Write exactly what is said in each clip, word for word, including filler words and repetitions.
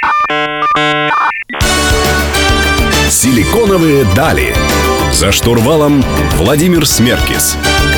Силиконовые дали. За штурвалом Владимир Смеркис.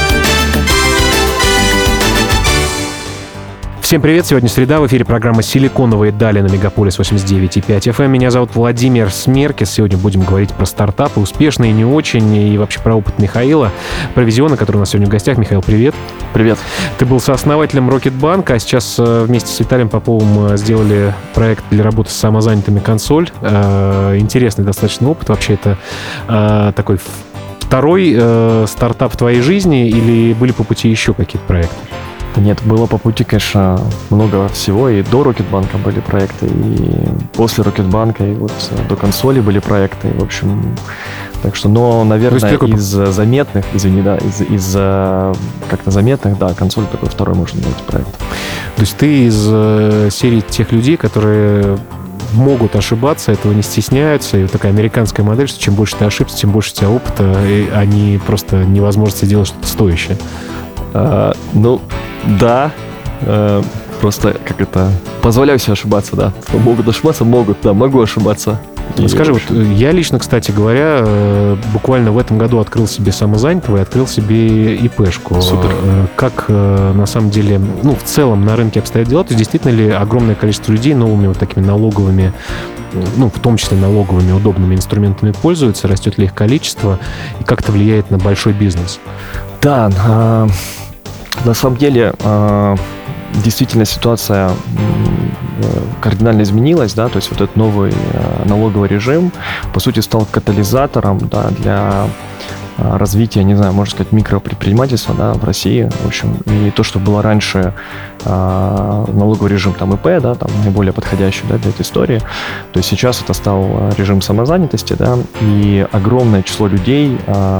Всем привет! Сегодня среда, в эфире программа «Силиконовые дали» на Мегаполис восемьдесят девять и пять эф эм. Меня зовут Владимир Смеркис. Сегодня будем говорить про стартапы, успешные и не очень, и вообще про опыт Михаила Провизиона, который у нас сегодня в гостях. Михаил, привет! Привет! Ты был сооснователем Рокетбанка, а сейчас вместе с Виталием Поповым сделали проект для работы с самозанятыми «Консоль». Интересный достаточно опыт. Вообще это такой второй стартап в твоей жизни или были по пути еще какие-то проекты? Нет, было по пути, конечно, много всего. И до Рокетбанка были проекты, и после Рокетбанка, и вот до консоли были проекты. В общем, так что, но, наверное, такой... из заметных, извини, да, из, из как-то заметных, да, консоль такой второй, можно быть, проект. То есть ты из э, серии тех людей, которые могут ошибаться, этого не стесняются. И вот такая американская модель, что чем больше ты ошибся, тем больше у тебя опыта, и они просто невозможно делать что-то стоящее. А, ну, да, э, просто как это... Позволяю себе ошибаться, да. Могут ошибаться, могут, да, могу ошибаться. И скажи, вот я лично, кстати говоря, буквально в этом году открыл себе самозанятого и открыл себе ИПшку. Супер. Как на самом деле, ну, в целом на рынке обстоят дела, то есть действительно ли огромное количество людей новыми вот такими налоговыми, ну, в том числе налоговыми удобными инструментами пользуются, растет ли их количество и как это влияет на большой бизнес? Да, э, на самом деле... Э, Действительно, ситуация кардинально изменилась, да, то есть вот этот новый налоговый режим, по сути, стал катализатором, да, для развития, не знаю, можно сказать, микропредпринимательства, да, в России, в общем, и то, что было раньше налоговый режим там ИП, да, там наиболее подходящий, да, для этой истории, то есть сейчас это стал режим самозанятости, да, и огромное число людей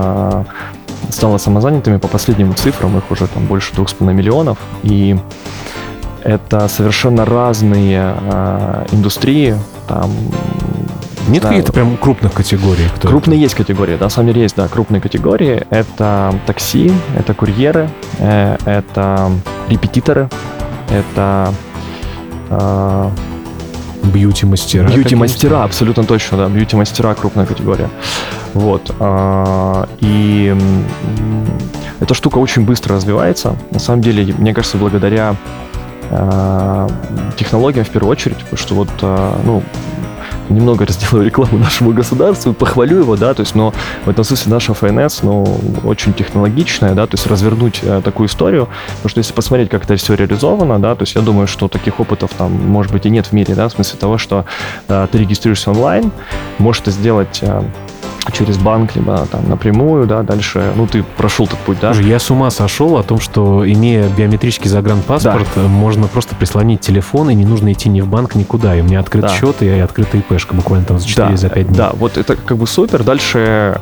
стало самозанятыми. По последним цифрам их уже там больше двух с половиной миллионов, и это совершенно разные э, индустрии. Там, нет каких-то прям крупных категорий? Крупные это? Есть категории, да, на самом деле есть, да, крупные категории. Это такси, это курьеры, э, это репетиторы, это... Э, Бьюти-мастера. Бьюти-мастера, абсолютно точно, да. Бьюти-мастера — крупная категория. Вот. И эта штука очень быстро развивается. На самом деле, мне кажется, благодаря технологиям в первую очередь, потому что вот, ну, немного сделаю рекламу нашему государству, похвалю его, да, то есть, но в этом смысле наша эф эн эс, ну, очень технологичная, да, то есть развернуть э, такую историю, потому что если посмотреть, как это все реализовано, да, то есть я думаю, что таких опытов там, может быть, и нет в мире, да, в смысле того, что э, ты регистрируешься онлайн, можешь это сделать э, через банк, либо там напрямую, да, дальше, ну, ты прошел этот путь, да. Слушай, я с ума сошел о том, что, имея биометрический загранпаспорт, да, можно просто прислонить телефон, и не нужно идти ни в банк, никуда. И у меня открыт, да, счет, и открыта ИПшка буквально там за четыре-пять дней. Да, вот это как бы супер. Дальше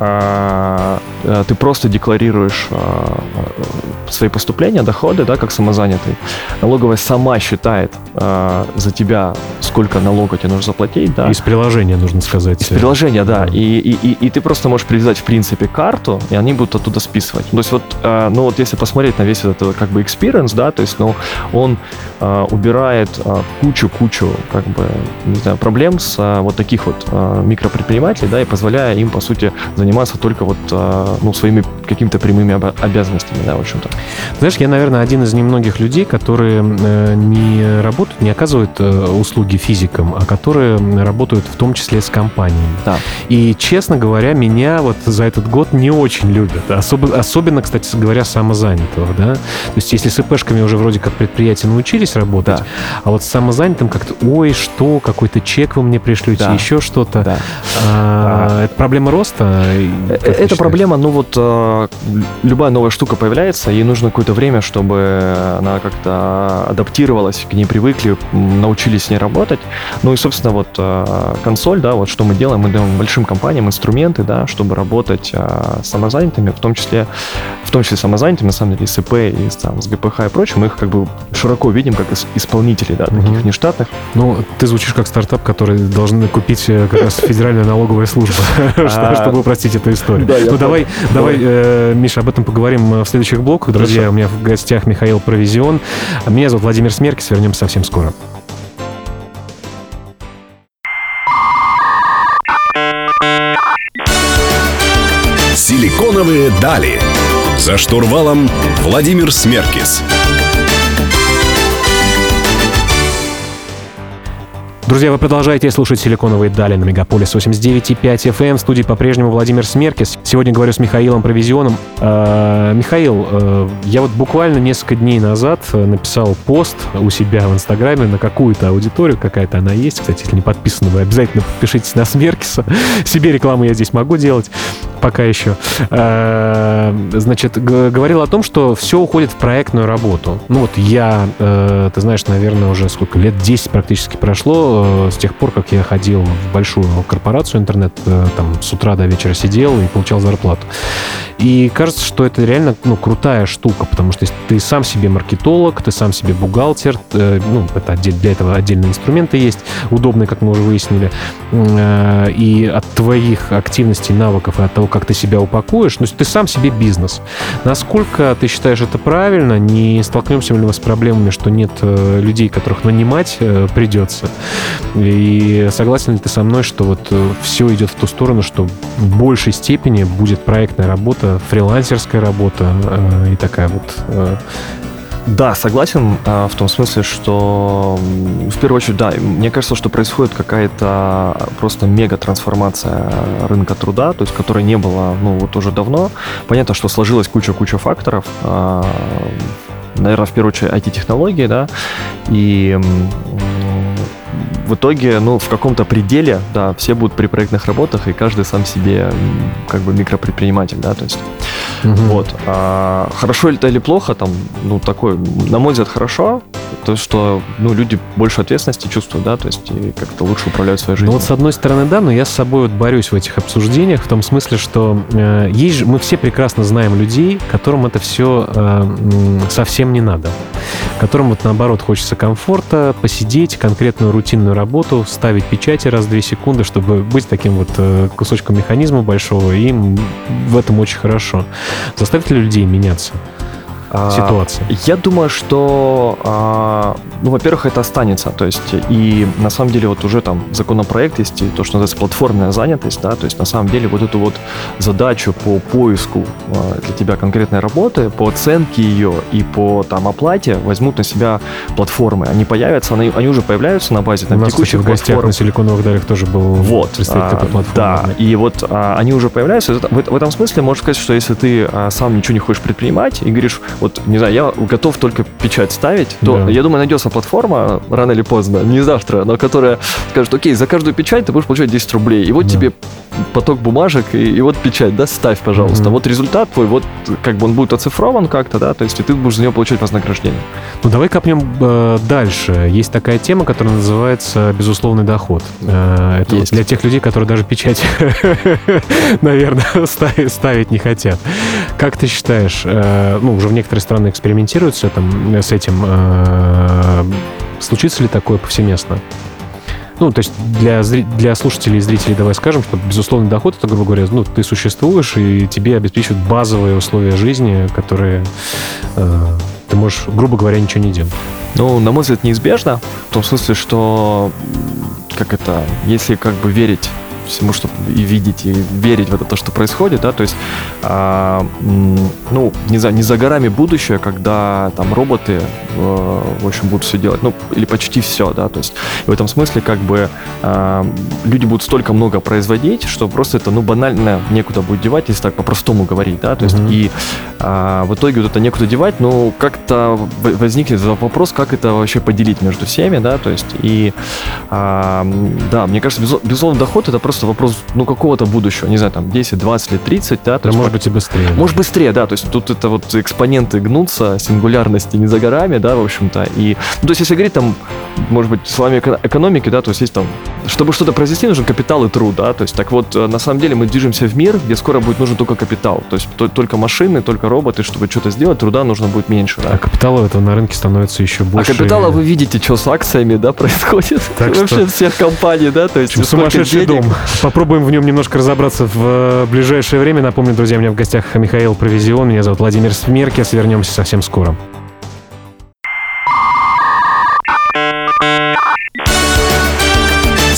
а, а, ты просто декларируешь а, свои поступления, доходы, да, как самозанятый. Налоговая сама считает а, за тебя, сколько налога тебе нужно заплатить, да. Из приложения, нужно сказать. Из приложения, да. И, и, и, и ты просто можешь привязать, в принципе, карту, и они будут оттуда списывать. То есть вот, э, ну вот если посмотреть на весь этот как бы experience, да, то есть, ну, он э, убирает э, кучу-кучу, как бы, не знаю, проблем с э, вот таких вот э, микропредпринимателей, да, и позволяя им, по сути, заниматься только вот, э, ну, своими какими-то прямыми об- обязанностями, да, в общем-то. Знаешь, я, наверное, один из немногих людей, которые э, не работают, не оказывают э, услуги физикам, а которые работают в том числе с компаниями. Да. И, честно говоря, меня вот за этот год не очень любят. Особо, особенно, кстати говоря, самозанятого, да. То есть, если с ИПшками уже вроде как предприятия научились работать, да, а вот с самозанятым как-то, ой, что, какой-то чек вы мне пришлете, да, еще что-то. Да. А, а, это проблема роста? Это проблема, ну вот, любая новая штука появляется, ей нужно какое-то время, чтобы она как-то адаптировалась, к ней привыкли, научились с ней работать. Ну и, собственно, вот консоль, да, вот что мы делаем, мы даем большим компаниям инструменты, да, чтобы работать а, с самозанятыми, в том числе, в том числе самозанятыми, на самом деле, с ИП, и с, там, с ГПХ и прочим, мы их как бы широко видим как исполнителей, да, таких угу. нештатных. Ну, ты звучишь как стартап, который должны купить как раз Федеральная налоговая служба, чтобы упростить эту историю. Ну, давай, давай, Миша, об этом поговорим в следующих блоках. Друзья, у меня в гостях Михаил Провизион. Меня зовут Владимир Смеркис. Вернемся совсем скоро. Силиконовые дали. За штурвалом Владимир Смеркис. Друзья, вы продолжаете слушать «Силиконовые дали» на Мегаполис восемьдесят девять и пять эф эм. В студии по-прежнему Владимир Смеркис. Сегодня говорю с Михаилом Провизионом. Э, Михаил, э, я вот буквально несколько дней назад написал пост у себя в Инстаграме на какую-то аудиторию, какая-то она есть. Кстати, если не подписаны, вы обязательно подпишитесь на Смеркиса. Себе рекламу я здесь могу делать. Пока еще. Э, значит, г- говорил о том, что все уходит в проектную работу. Ну вот я, э, ты знаешь, наверное, уже сколько, лет десять практически прошло э, с тех пор, как я ходил в большую корпорацию интернет, э, там с утра до вечера сидел и получал зарплату. И кажется, что это реально, ну, крутая штука, потому что ты сам себе маркетолог, ты сам себе бухгалтер, э, ну, это отдель, для этого отдельные инструменты есть, удобные, как мы уже выяснили, э, и от твоих активностей, навыков и от того, как ты себя упакуешь, ну, ты сам себе бизнес. Насколько ты считаешь это правильно? Не столкнемся ли мы с проблемами, что нет э, людей, которых нанимать э, придется? И согласен ли ты со мной, что вот э, все идет в ту сторону, что в большей степени будет проектная работа, фрилансерская работа э, и такая вот... Э, Да, согласен э, в том смысле, что в первую очередь, да, мне кажется, что происходит какая-то просто мега-трансформация рынка труда, то есть которой не было, ну, вот уже давно. Понятно, что сложилась куча-куча факторов, э, наверное, в первую очередь ай ти-технологии, да, и в итоге, ну, в каком-то пределе, да, все будут при проектных работах, и каждый сам себе как бы микропредприниматель, да, то есть угу. Вот. А хорошо это или плохо, там, ну, такое, на мой взгляд, хорошо, то, что, ну, люди больше ответственности чувствуют, да, то есть и как-то лучше управляют своей жизнью. Ну, вот с одной стороны, да, но я с собой вот борюсь в этих обсуждениях в том смысле, что э, есть же, мы все прекрасно знаем людей, которым это все э, совсем не надо, которым вот наоборот хочется комфорта, посидеть, конкретную рутинную работу, ставить печати раз в две секунды, чтобы быть таким вот э, кусочком механизма большого, и им в этом очень хорошо. Заставит ли людей меняться? Ситуация. А, я думаю, что, а, ну, во-первых, это останется, то есть, и на самом деле вот уже там законопроект есть, и то, что называется платформенная занятость, да, то есть на самом деле вот эту вот задачу по поиску а, для тебя конкретной работы, по оценке ее и по там оплате возьмут на себя платформы, они появятся, они, они уже появляются на базе там у нас, текущих кстати, в гостях платформ. на Силиконовых далях тоже был вот, представитель а, платформы. Да, и вот а, они уже появляются, в, в этом смысле можно сказать, что если ты а, сам ничего не хочешь предпринимать и говоришь, вот, не знаю, я готов только печать ставить, то, да. Я думаю, найдется платформа рано или поздно, не завтра, но которая скажет, окей, за каждую печать ты будешь получать десять рублей, и вот да. Тебе поток бумажек, и, и вот печать, да, ставь, пожалуйста. Mm-hmm. Вот результат твой, вот как бы он будет оцифрован как-то, да, то есть и ты будешь за него получать вознаграждение. Ну, давай копнем э, дальше. Есть такая тема, которая называется безусловный доход. Э, это вот для тех людей, которые даже печать, наверное, ставить не хотят. Как ты считаешь, э, ну, уже в некоторые страны экспериментируют с этим, с этим э, случится ли такое повсеместно? Ну, то есть для, для слушателей и зрителей давай скажем, что безусловный доход, это, грубо говоря, ну, ты существуешь, и тебе обеспечивают базовые условия жизни, которые э, ты можешь, грубо говоря, ничего не делать. Ну, на мой взгляд, неизбежно, в том смысле, что, как это, если как бы верить всему, что и видеть, и верить в это, то, что происходит, да, то есть, а, ну, не за, не за горами будущее, когда там роботы, э, в общем, будут все делать, ну, или почти все, да, то есть, в этом смысле, как бы, э, люди будут столько много производить, что просто это, ну, банально некуда будет девать, если так по-простому говорить, да, то есть, mm-hmm. и э, в итоге вот это некуда девать, ну, как-то возникнет вопрос, как это вообще поделить между всеми, да, то есть, и, э, да, мне кажется, безусловно, доход — это просто вопрос, ну, какого-то будущего, не знаю, там, десять, двадцать лет, тридцать, да. Да, есть, может быть, и быстрее. Может, быстрее, да, то есть тут это вот экспоненты гнутся, сингулярности не за горами, да, в общем-то, и, ну, то есть если говорить там, может быть, словами экономики, да, то есть есть там, чтобы что-то произвести, нужен капитал и труд, да, то есть так вот, на самом деле мы движемся в мир, где скоро будет нужен только капитал, то есть то, только машины, только роботы, чтобы что-то сделать, труда нужно будет меньше, да. А капитала этого на рынке становится еще больше. А капитала вы видите, что с акциями, да, происходит так вообще что... всех компаний, да, то есть сумасшедший дом. Попробуем в нем немножко разобраться в ближайшее время. Напомню, друзья, у меня в гостях Михаил Провизион, меня зовут Владимир Смеркис. Вернемся совсем скоро.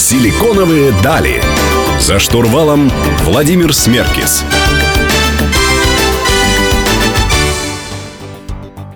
Силиконовые дали. За штурвалом Владимир Смеркис.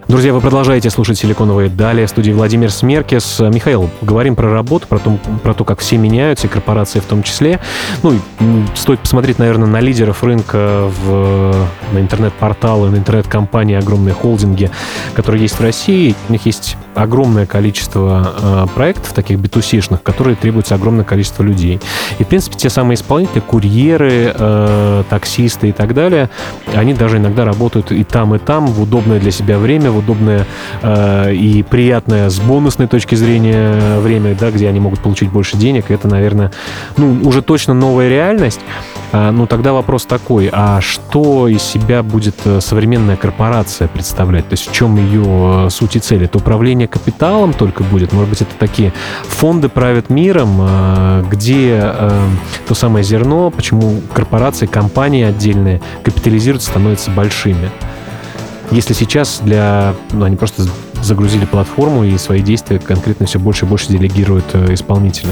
Друзья, вы продолжаете слушать «Силиконовые дали», в студии Владимир Смеркис. Михаил, говорим про работу, про то, про то, как все меняются, и корпорации в том числе. Ну, и стоит посмотреть, наверное, на лидеров рынка, в, на интернет-порталы, на интернет-компании, огромные холдинги, которые есть в России. У них есть огромное количество э, проектов, таких би ту си-шных, которые требуется огромное количество людей. И, в принципе, те самые исполнители, курьеры, э, таксисты и так далее, они даже иногда работают и там, и там, в удобное для себя время, в удобное э, и приятное с бонусной точки зрения время, да, где они могут получить больше денег. Это, наверное, ну, уже точно новая реальность. А, ну, тогда вопрос такой, а что из себя будет современная корпорация представлять? То есть в чем ее суть и цель? Это управление капиталом только будет? Может быть, это такие фонды правят миром, где то самое зерно, почему корпорации, компании отдельные капитализируются, становятся большими? Если сейчас для... Ну, они просто загрузили платформу и свои действия конкретно все больше и больше делегируют исполнителям.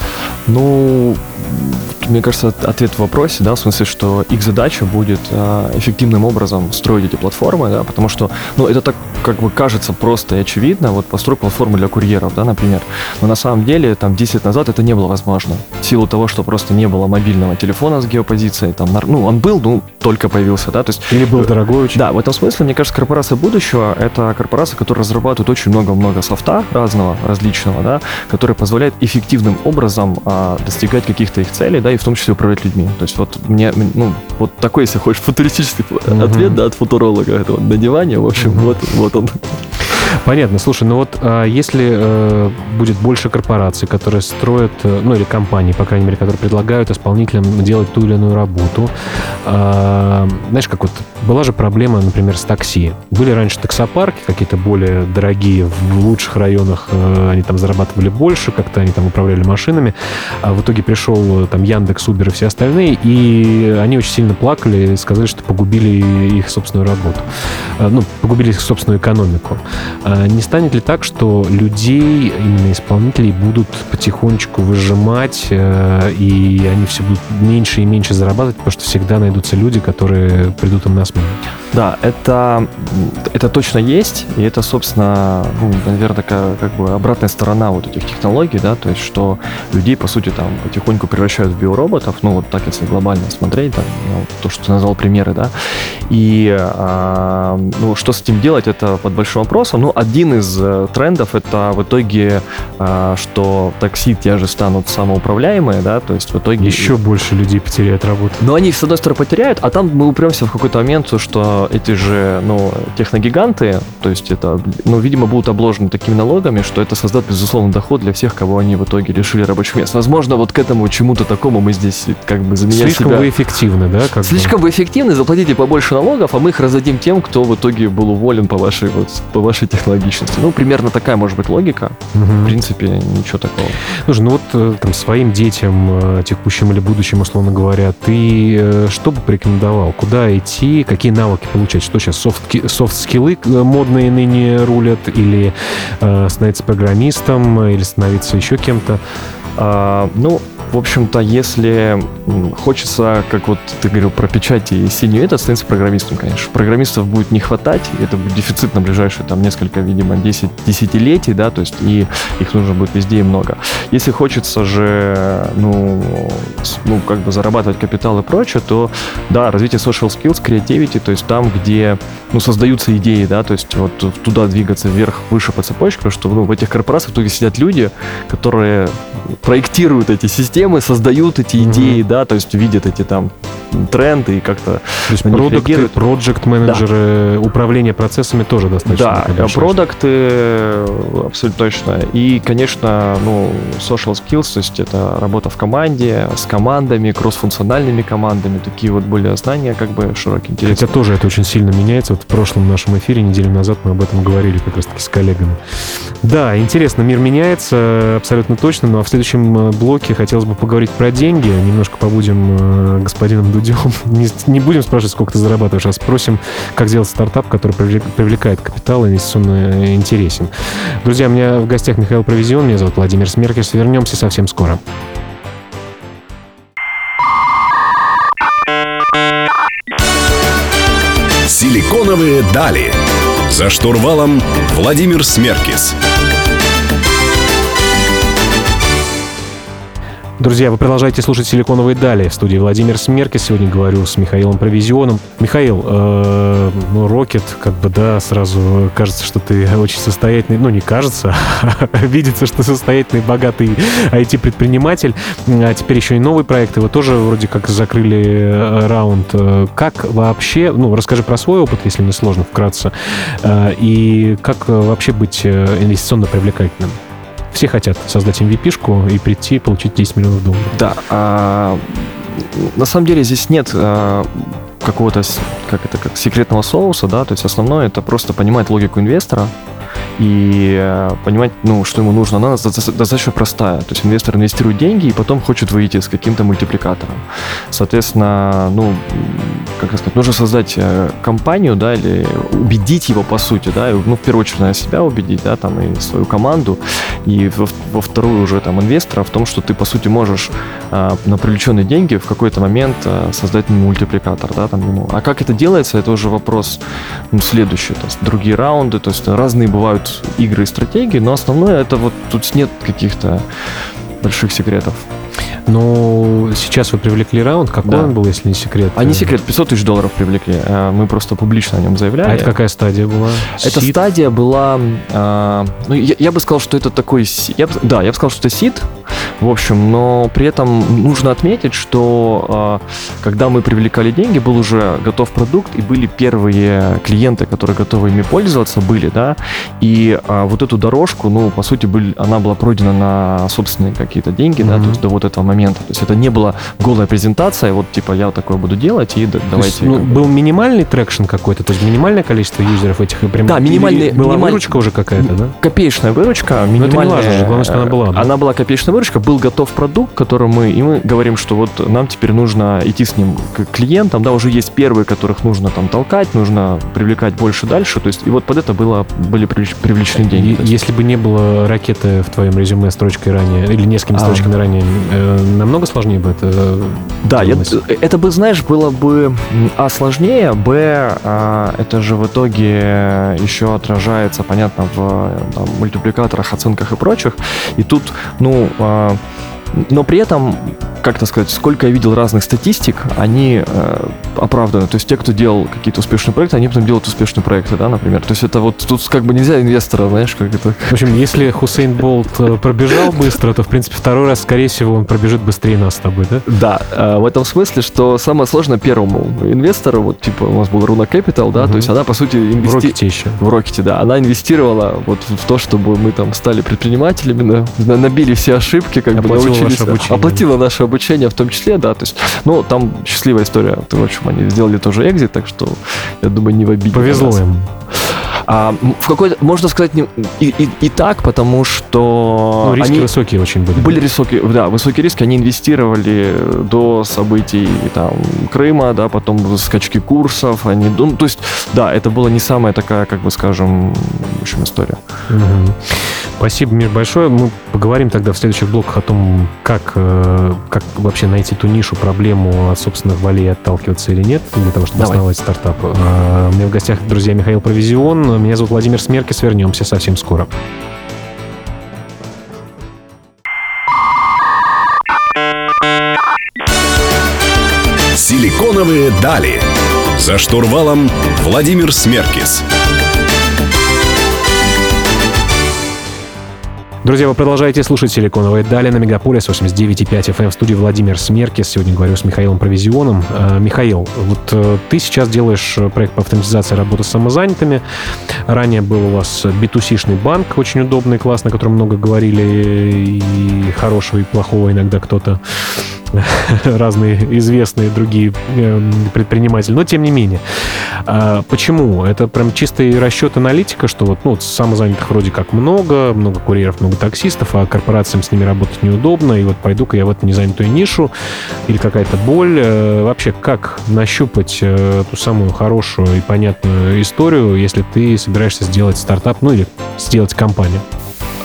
Ну, мне кажется, ответ в вопросе, да, в смысле, что их задача будет э, эффективным образом строить эти платформы, да, потому что, ну, это так, как бы кажется просто и очевидно, вот построй платформу для курьеров, да, например, но на самом деле, там, десять лет назад это не было возможно, в силу того, что просто не было мобильного телефона с геопозицией, там, ну, он был, ну, только появился, да, то есть... Или был дорогой очень. Да, в этом смысле, мне кажется, корпорация будущего — это корпорация, которая разрабатывает очень много-много софта разного, различного, да, который позволяет эффективным образом а, достигать каких-то их целей, да, и в том числе управлять людьми. То есть вот мне, ну, вот такой, если хочешь, футуристический mm-hmm. ответ, да, от футуролога, это вот на диване, в общем, mm-hmm. вот, вот он. Понятно. Слушай, ну вот а если э, будет больше корпораций, которые строят, ну или компаний, по крайней мере, которые предлагают исполнителям делать ту или иную работу, э, знаешь, как вот была же проблема, например, с такси. Были раньше таксопарки какие-то более дорогие, в лучших районах э, они там зарабатывали больше, как-то они там управляли машинами, а в итоге пришел там Яндекс, Убер и все остальные, и они очень сильно плакали и сказали, что погубили их собственную работу, э, ну, погубили их собственную экономику. Не станет ли так, что людей, именно исполнителей, будут потихонечку выжимать, и они все будут меньше и меньше зарабатывать, потому что всегда найдутся люди, которые придут им на смену? Да, это, это точно есть, и это, собственно, ну, наверное, такая как бы обратная сторона вот этих технологий, да, то есть, что людей, по сути, там потихоньку превращают в биороботов, ну, вот так, если глобально смотреть, там, ну, то, что ты назвал примеры, да, и, а, ну, что с этим делать, это под большим вопросом. Ну, один из э, трендов, это в итоге, э, что такси те же станут самоуправляемые, да, то есть в итоге... Еще больше людей потеряют работу. Но они, с одной стороны, потеряют, а там мы упремся в какой-то момент, что эти же, ну, техногиганты, то есть это, ну, видимо, будут обложены такими налогами, что это создаст, безусловно, доход для всех, кого они в итоге лишили рабочих мест. Возможно, вот к этому чему-то такому мы здесь как бы заменяем себя... Слишком вы эффективны, да? Как Слишком бы. вы эффективны, заплатите побольше налогов, а мы их раздадим тем, кто в итоге был уволен по вашей, вот, по вашей технологичности. Ну, примерно такая может быть логика. Угу. В принципе, ничего такого. Слушай, ну вот там своим детям, текущим или будущим, условно говоря, ты что бы порекомендовал? Куда идти? Какие навыки получать? Что сейчас? Софт-скиллы модные ныне рулят? Или э, становиться программистом? Или становиться еще кем-то? А, ну, в общем-то, если хочется, как вот ты говорил про печать и синюю, это становится программистом, конечно. Программистов будет не хватать, это будет дефицит на ближайшие там несколько, видимо, десять десятилетий, да, то есть и их нужно будет везде и много. Если хочется же, ну, ну, как бы зарабатывать капитал и прочее, то, да, развитие social skills, creativity, то есть там, где, ну, создаются идеи, да, то есть вот туда двигаться вверх, выше по цепочке, потому что, ну, в этих корпорациях в итоге сидят люди, которые проектируют эти системы, создают эти mm-hmm. идеи, да, то есть видят эти там тренды и как-то то есть продукты, проект-менеджеры, да. Управление процессами тоже достаточно. Да, продукты абсолютно точно. И, конечно, ну, social skills, то есть это работа в команде, с командами, кросс-функциональными командами, такие вот более знания, как бы широкие интересы. Хотя тоже это очень сильно меняется. Вот в прошлом нашем эфире, неделю назад, мы об этом говорили как раз-таки с коллегами. Да, интересно, мир меняется абсолютно точно, но в следующем блоке хотелось бы поговорить про деньги. Немножко побудем господином Дудем. Не, не будем спрашивать, сколько ты зарабатываешь, а спросим, как сделать стартап, который привлекает капитал и инвестиционно интересен. Друзья, у меня в гостях Михаил Провизион, меня зовут Владимир Смеркис. Вернемся совсем скоро. Силиконовые дали. За штурвалом Владимир Смеркис. Друзья, вы продолжаете слушать «Силиконовые дали». В студии Владимир Смеркис. Сегодня говорю с Михаилом Провизионом. Михаил, э, ну, Рокет, как бы, да, сразу кажется, что ты очень состоятельный, ну, не кажется, а видится, что состоятельный, богатый ай ти-предприниматель. А теперь еще и новый проект. Его тоже вроде как закрыли раунд. Как вообще, ну, расскажи про свой опыт, если не сложно, вкратце. И как вообще быть инвестиционно привлекательным? Все хотят создать эм ви пи-шку и прийти получить десять миллионов долларов. Да. А, на самом деле здесь нет а, какого-то, как это, как секретного соуса, да, то есть основное это просто понимать логику инвестора и э, понимать, ну, что ему нужно. Она достаточно простая. То есть инвестор инвестирует деньги и потом хочет выйти с каким-то мультипликатором. Соответственно, ну, как сказать, нужно создать э, компанию, да, или убедить его, по сути, да, и, ну, в первую очередь, наверное, себя убедить, да, там, и свою команду, и во, во вторую уже, там, инвестора в том, что ты, по сути, можешь э, на привлеченные деньги в какой-то момент э, создать мультипликатор, да, там, ему. А как это делается, это уже вопрос, ну, следующий, то есть другие раунды, то есть разные бывают игры и стратегии, но основное это вот тут нет каких-то больших секретов. Ну, сейчас вы привлекли раунд. Какой да. он был, если не секрет? А не секрет, пятьсот тысяч долларов привлекли. Мы просто публично о нем заявляли. А это какая стадия была? Эта сид? стадия была... Э, ну, я, я бы сказал, что это такой... Я, да, я бы сказал, что это сид. В общем, но при этом нужно отметить, что э, когда мы привлекали деньги, был уже готов продукт, и были первые клиенты, которые готовы ими пользоваться, были, да, и э, вот эту дорожку, ну, по сути, были, она была пройдена на собственные какие-то деньги, mm-hmm. да, то есть до вот этого момента. То есть это не была голая презентация, вот типа я вот такое буду делать, и да, давайте... Есть, ну, был минимальный трекшн какой-то, то есть минимальное количество юзеров этих... Прям, да, минимальный... Была минималь... выручка уже какая-то, да? Копеечная выручка, минимальная... Но это не важно же, главное, что она была. Да? Она была копеечная выручка, был готов продукт, который мы, и мы говорим, что вот нам теперь нужно идти с ним к клиентам, да, уже есть первые, которых нужно там толкать, нужно привлекать больше дальше, то есть и вот под это было, были привлечены деньги. И, если бы не было ракеты в твоем резюме строчкой ранее, или несколькими а, строчками ранее, э, намного сложнее бы это... Да, я, это бы, знаешь, было бы, а, сложнее, б, а, это же в итоге еще отражается, понятно, в там, мультипликаторах, оценках и прочих, и тут, ну, а, но при этом, как это сказать, сколько я видел разных статистик, они э, оправданы. То есть те, кто делал какие-то успешные проекты, они потом делают успешные проекты, да, например. То есть это вот тут как бы нельзя инвестора, знаешь, как это... В общем, если Хусейн Болт пробежал быстро, то, в принципе, второй раз, скорее всего, он пробежит быстрее нас с тобой, да? Да, э, в этом смысле, что самое сложное первому инвестору, вот типа у нас был Руна Capital, да, угу. то есть она, по сути, инвести... В Рокете еще. В Рокете, да. Она инвестировала вот в то, чтобы мы там стали предпринимателями, набили все ошибки, как бы научились. Оплатила наше обучение в том числе, да, то есть, ну, там счастливая история, в общем, они сделали тоже экзит, так что, я думаю, не в обиде. Повезло им. А, в какой-то, можно сказать, не, и, и, и так, потому что... Ну, риски они высокие очень были. Были высокие, да, высокие риски, они инвестировали до событий там, Крыма, да, потом скачки курсов, они, ну, то есть, да, это была не самая такая, как бы, скажем, в общем, история. Угу. Спасибо, Миш, большое. Мы поговорим тогда в следующих блоках о том, как, как вообще найти ту нишу, проблему от собственных волей отталкиваться или нет, для того, чтобы Давай. основать стартап. У меня в гостях, друзья, Михаил Провизион. Меня зовут Владимир Смеркис. Вернемся совсем скоро. Силиконовые дали. За штурвалом Владимир Смеркис. Друзья, вы продолжаете слушать «Силиконовые дали» на Мегаполис восемьдесят девять и пять эф эм. В студии Владимир Смеркис. Сегодня говорю с Михаилом Провизионом. Э, Михаил, вот э, ты сейчас делаешь проект по автоматизации работы с самозанятыми. Ранее был у вас би ту си-шный банк, очень удобный, классный, о котором много говорили, и хорошего, и плохого иногда кто-то. Разные известные другие э, предприниматели, но тем не менее. А почему? Это прям чистый расчет аналитика, что вот, ну, самозанятых вроде как много, много курьеров, много таксистов, а корпорациям с ними работать неудобно, и вот пойду-ка я в эту незанятую нишу, или какая-то боль. Э, вообще, как нащупать э, ту самую хорошую и понятную историю, если ты собираешься сделать стартап, ну или сделать компанию?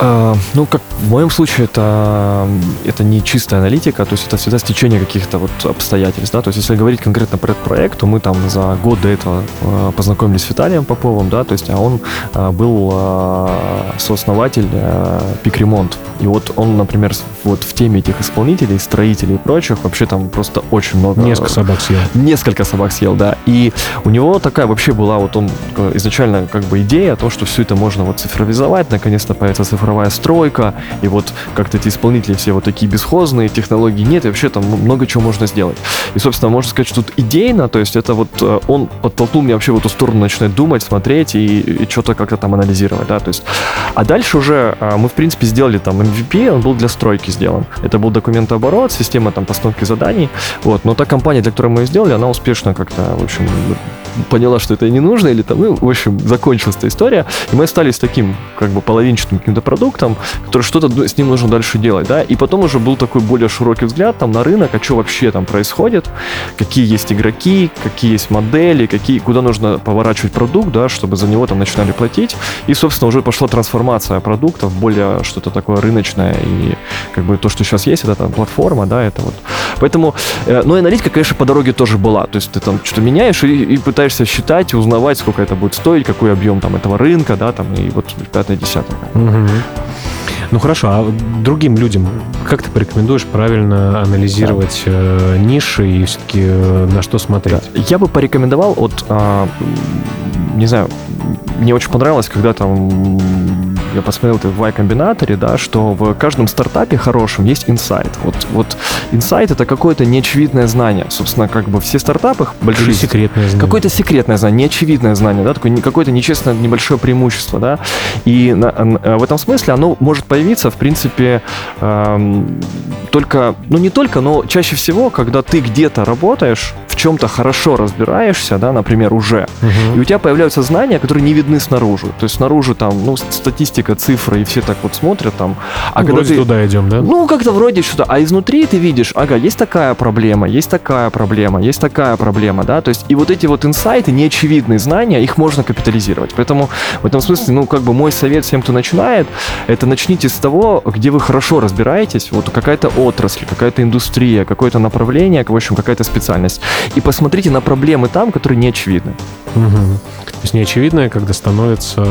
А, ну, как в моем случае, это, это не чистая аналитика, то есть это всегда стечение каких-то вот обстоятельств, да, то есть если говорить конкретно про этот проект, то мы там за год до этого познакомились с Виталием Поповым, да, то есть а он был сооснователь Пик Ремонт, и вот он, например, вот в теме этих исполнителей, строителей и прочих, вообще там просто очень много... Несколько собак съел. Несколько собак съел, да, и у него такая вообще была вот он изначально как бы идея о том, что все это можно вот цифровизовать, наконец-то появится цифровая стройка, и вот как-то эти исполнители все вот такие бесхозные, технологий нет, и вообще там много чего можно сделать. И, собственно, можно сказать, что тут идейно, то есть это вот он подтолкнул меня вообще в эту сторону начинать думать, смотреть и, и что-то как-то там анализировать, да, то есть. А дальше уже мы, в принципе, сделали там эм ви пи, он был для стройки сделан. Это был документооборот, система там постановки заданий, вот, но та компания, для которой мы ее сделали, она успешно как-то, в общем, поняла, что это не нужно, или там, ну, в общем, закончилась эта история, и мы остались таким, как бы, половинчатым каким-то продуктом, который что-то с ним нужно дальше делать, да, и потом уже был такой более широкий взгляд там на рынок, а что вообще там происходит, какие есть игроки, какие есть модели, какие, куда нужно поворачивать продукт, да, чтобы за него там начинали платить, и, собственно, уже пошла трансформация продуктов, более что-то такое рыночное, и, как бы, то, что сейчас есть, это там платформа, да, это вот, поэтому, э, ну, и аналитика, конечно, по дороге тоже была, то есть ты там что-то меняешь и, и пытаешься считать, узнавать, сколько это будет стоить, какой объем там этого рынка, да, там, и вот пятое-десятое. Угу. Ну хорошо, а другим людям как ты порекомендуешь правильно анализировать да. э, ниши и все-таки э, на что смотреть? Да. Я бы порекомендовал, вот, э, не знаю, мне очень понравилось, когда там я посмотрел это в Y-комбинаторе, да, что в каждом стартапе хорошем есть инсайт. Вот, вот инсайт — это какое-то неочевидное знание. Собственно, как бы все стартапы большие... Или секретное знание. Какое-то секретное знание, неочевидное знание, да, такое, какое-то нечестное небольшое преимущество, да. И на, на, в этом смысле оно может появиться, в принципе, эм, только, ну не только, но чаще всего, когда ты где-то работаешь, в чем-то хорошо разбираешься, да, например, уже, угу. и у тебя появляются знания, которые не видны снаружи. То есть снаружи там, ну, статистика, цифры, и все так вот смотрят там. А ну, когда вроде ты, туда идем, да? Ну, как-то вроде что-то. А изнутри ты видишь, ага, есть такая проблема, есть такая проблема, есть такая проблема, да. То есть и вот эти вот инсайты, неочевидные знания, их можно капитализировать. Поэтому в этом смысле, ну, как бы мой совет всем, кто начинает, это начните с того, где вы хорошо разбираетесь, вот какая-то отрасль, какая-то индустрия, какое-то направление, в общем, какая-то специальность. И посмотрите на проблемы там, которые не очевидны. Угу. То есть неочевидное, когда становится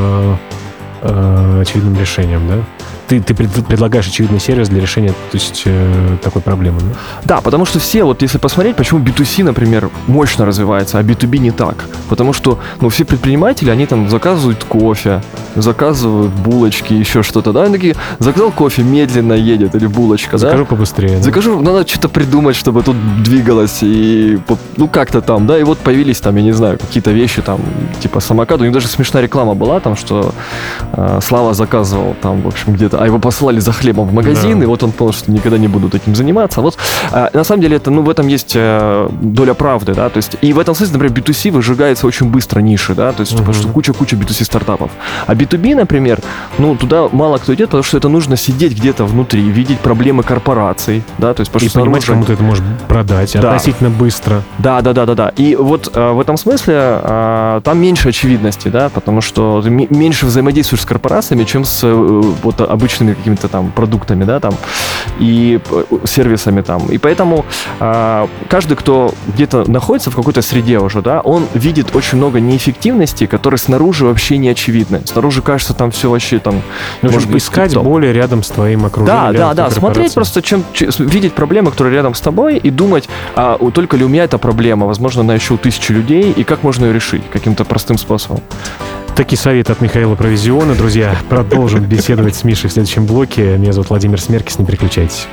э, очевидным решением, да? Ты, ты предлагаешь очевидный сервис для решения, то есть, э, такой проблемы, да? Да, потому что все, вот если посмотреть, почему би ту си, например, мощно развивается, а би ту би не так. Потому что, ну, все предприниматели, они там заказывают кофе, заказывают булочки, еще что-то, да, они такие, заказал кофе, медленно едет, или булочка, Закажу да? Закажу побыстрее. Да? Закажу, надо что-то придумать, чтобы тут двигалось, и, ну, как-то там, да, и вот появились там, я не знаю, какие-то вещи там, типа самокат, у них даже смешная реклама была там, что э, Слава заказывал там, в общем, где-то, а его посылали за хлебом в магазин, да. И вот он понял, что никогда не буду таким заниматься. Вот, а, на самом деле, это, ну, в этом есть э, доля правды, да, то есть, и в этом смысле, например, би ту си выжигается очень быстро ниши, да, то есть, uh-huh. потому что куча-куча би ту си стартапов. А би ту би, например, ну, туда мало кто идет, потому что это нужно сидеть где-то внутри, видеть проблемы корпораций, да, то есть, и понимать, кому ты это можешь продать, да. относительно быстро. Да, да, да, да, да. И вот э, в этом смысле э, там меньше очевидности, да, потому что ты м- меньше взаимодействуешь с корпорациями, чем с э, вот обычными какими-то там продуктами, да, там, и э, сервисами там. И поэтому э, каждый, кто где-то находится в какой-то среде уже, да, он видит очень много неэффективности, которые снаружи вообще не очевидны. Снаружи кажется, там все вообще там... Может быть, искать топ. более рядом с твоим окружением. Да, да, да. Смотреть просто, чем, чем, видеть проблемы, которые рядом с тобой, и думать, а только ли у меня эта проблема, возможно, она еще у тысячи людей, и как можно ее решить каким-то простым способом. Такие советы от Михаила Провизиона. Друзья, продолжим беседовать с Мишей в следующем блоке. Меня зовут Владимир Смеркис, не переключайтесь.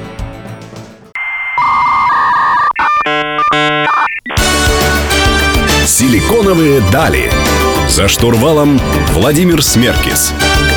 Силиконовые дали. За штурвалом Владимир Смеркис.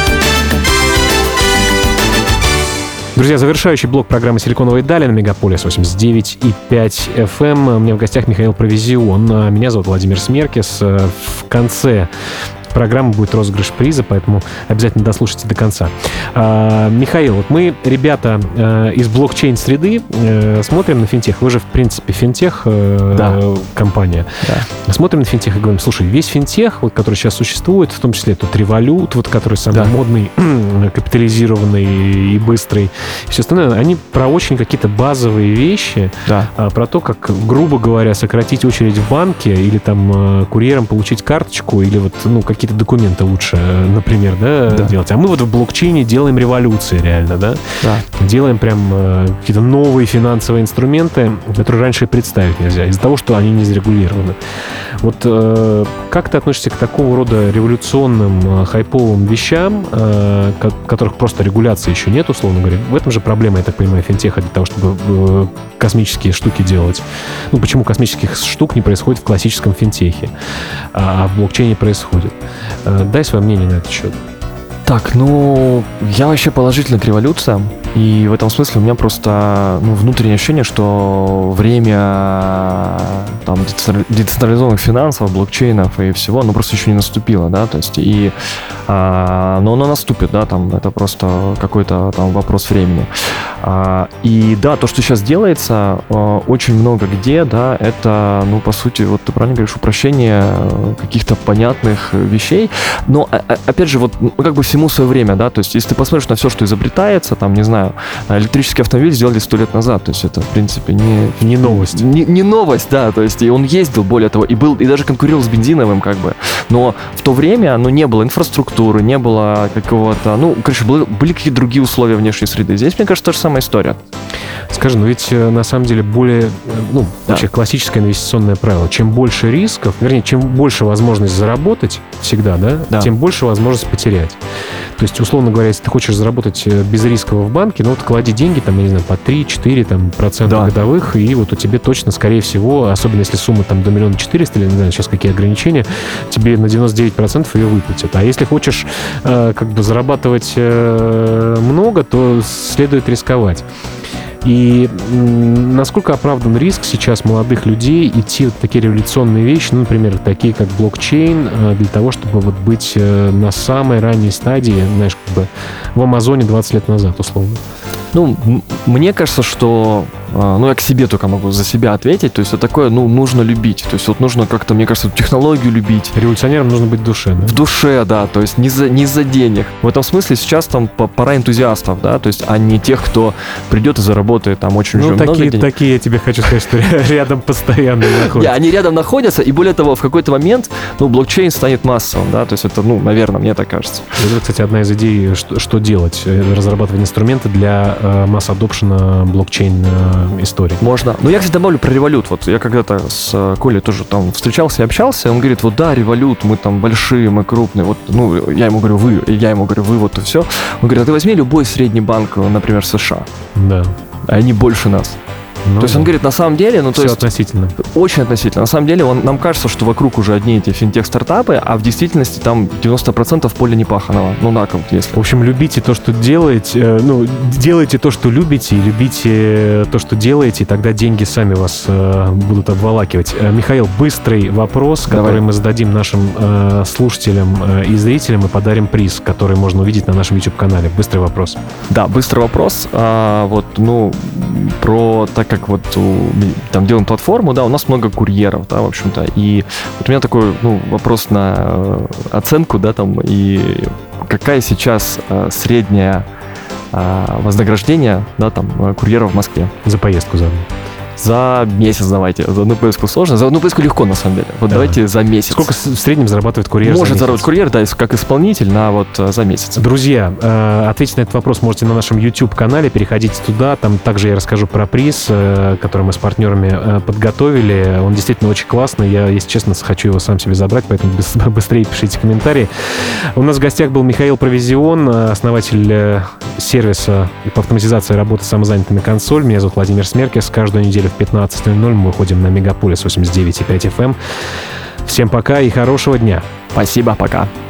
Друзья, завершающий блок программы «Силиконовые дали» на Мегаполис восемьдесят девять и пять эф эм. У меня в гостях Михаил Провизион. Меня зовут Владимир Смеркис. В конце программы будет розыгрыш приза, поэтому обязательно дослушайте до конца. А, Михаил, вот мы, ребята э, из блокчейн-среды, э, смотрим на финтех. Вы же, в принципе, финтех э, да. компания. Да. Смотрим на финтех и говорим, слушай, весь финтех, вот, который сейчас существует, в том числе тут Revolut, вот, который самый да. модный, капитализированный и быстрый, и все остальное, они про очень какие-то базовые вещи, да. а, про то, как, грубо говоря, сократить очередь в банке или там курьером получить карточку или вот, ну, какие-то документы лучше, например, да, да. делать. А мы вот в блокчейне делаем революции реально, да? Да. Делаем прям э, какие-то новые финансовые инструменты, которые раньше и представить нельзя, из-за того, что они не зарегулированы. Вот э, как ты относишься к такого рода революционным, э, хайповым вещам, э, ко- которых просто регуляции еще нет, условно говоря? В этом же проблема, я так понимаю, финтеха для того, чтобы э, космические штуки делать. Ну, почему космических штук не происходит в классическом финтехе, а в блокчейне происходит? Э, дай свое мнение на этот счет. Так, ну, я вообще положительно к революциям, и в этом смысле у меня просто ну, внутреннее ощущение, что время там, децентрализованных финансов, блокчейнов и всего, оно просто еще не наступило, да, то есть, и, а, но оно наступит, да, там, это просто какой-то там вопрос времени. А, и да, то, что сейчас делается, очень много где, да, это, ну, по сути, вот ты правильно говоришь, упрощение каких-то понятных вещей, но, опять же, вот, ну, как бы всему свое время, да, то есть, если ты посмотришь на все, что изобретается, там, не знаю, электрический автомобиль сделали сто лет назад, то есть, это, в принципе, не... Не новость. Не, не новость, да, то есть, и он ездил, более того, и был, и даже конкурировал с бензиновым, как бы, но в то время, ну, не было инфраструктуры, не было какого-то, ну, короче, были, были какие-то другие условия внешней среды. Здесь, мне кажется, та же самая история. Скажи, ну ведь на самом деле более, ну, Да. вообще классическое инвестиционное правило, чем больше рисков, вернее, чем больше возможность заработать всегда, да, Да. тем больше возможность потерять. То есть, условно говоря, если ты хочешь заработать безрисково в банке, ну вот клади деньги, там, я не знаю, по три-четыре там, процента Да. годовых, и вот у тебя точно, скорее всего, особенно если сумма там до миллиона четыреста, или, не знаю, сейчас какие ограничения, тебе на девяносто девять процентов ее выплатят. А если хочешь э, как бы зарабатывать э, много, то следует рисковать. И м, насколько оправдан риск сейчас молодых людей идти вот в такие революционные вещи, ну, например, такие как блокчейн, э, для того, чтобы вот быть э, на самой ранней стадии, знаешь, как бы в Амазоне двадцать лет назад, условно? Ну, м- мне кажется, что, а, ну, я к себе только могу за себя ответить, то есть это такое, ну, нужно любить, то есть вот нужно как-то, мне кажется, технологию любить. Революционерам нужно быть в душе, да? В душе, да, то есть не за, не за денег. В этом смысле сейчас там по- пора энтузиастов, да, то есть, а не тех, кто придет и заработает там очень Ну, уже много такие, денег. такие, я тебе хочу сказать, что рядом постоянно Не, находятся. они рядом находятся, и более того, в какой-то момент, ну, блокчейн станет массовым, да, то есть это, ну, наверное, мне так кажется. Это, кстати, одна из идей, что, что делать, э, разрабатывать инструменты для э, масс-адопшена блокчейн э, истории. Можно. Но я, кстати, добавлю про Revolut. Вот я когда-то с э, Колей тоже там встречался и общался, он говорит, вот да, Revolut, мы там большие, мы крупные, вот, ну, я ему говорю, вы, и я ему говорю, вы, вот и все. Он говорит, а ты возьми любой средний банк, например, США, Да. а они больше нас. Ну, То есть он говорит, на самом деле, ну, то все есть относительно. очень относительно. На самом деле, он, нам кажется, что вокруг уже одни эти финтех-стартапы, а в действительности там девяносто процентов поля непаханого. Ну, на как, если. В общем, любите то, что делаете, э, ну, делайте то, что любите, и любите то, что делаете, и тогда деньги сами вас э, будут обволакивать. Э, Михаил, быстрый вопрос, Давай. который мы зададим нашим э, слушателям э, и зрителям, и подарим приз, который можно увидеть на нашем YouTube-канале. Быстрый вопрос. Да, быстрый вопрос. А, вот, ну, про, так как вот у- там делаем платформу, да, у нас много курьеров, да, в общем-то, и вот у меня такой, ну, вопрос на э, оценку, да, там, и какая сейчас э, средняя э, вознаграждение, да, там, э, курьеров в Москве? За поездку заодно. За месяц давайте. За одну поездку сложно, за одну поездку легко, на самом деле. Вот Давай. давайте за месяц. Сколько с- в среднем зарабатывает курьер за Может месяц? заработать курьер, да, как исполнитель на вот э, за месяц. Друзья, э, ответить на этот вопрос можете на нашем YouTube-канале, переходите туда, там также я расскажу про приз, э, который мы с партнерами э, подготовили. Он действительно очень классный, я, если честно, хочу его сам себе забрать, поэтому быс- быстрее пишите комментарии. У нас в гостях был Михаил Провизион, э, основатель э, сервиса по автоматизации работы с самозанятыми «Консоль». Меня зовут Владимир Смеркис. Каждую неделю в пятнадцать ноль ноль мы выходим на Мегаполис восемьдесят девять и пять эф эм. Всем пока и хорошего дня. Спасибо, пока.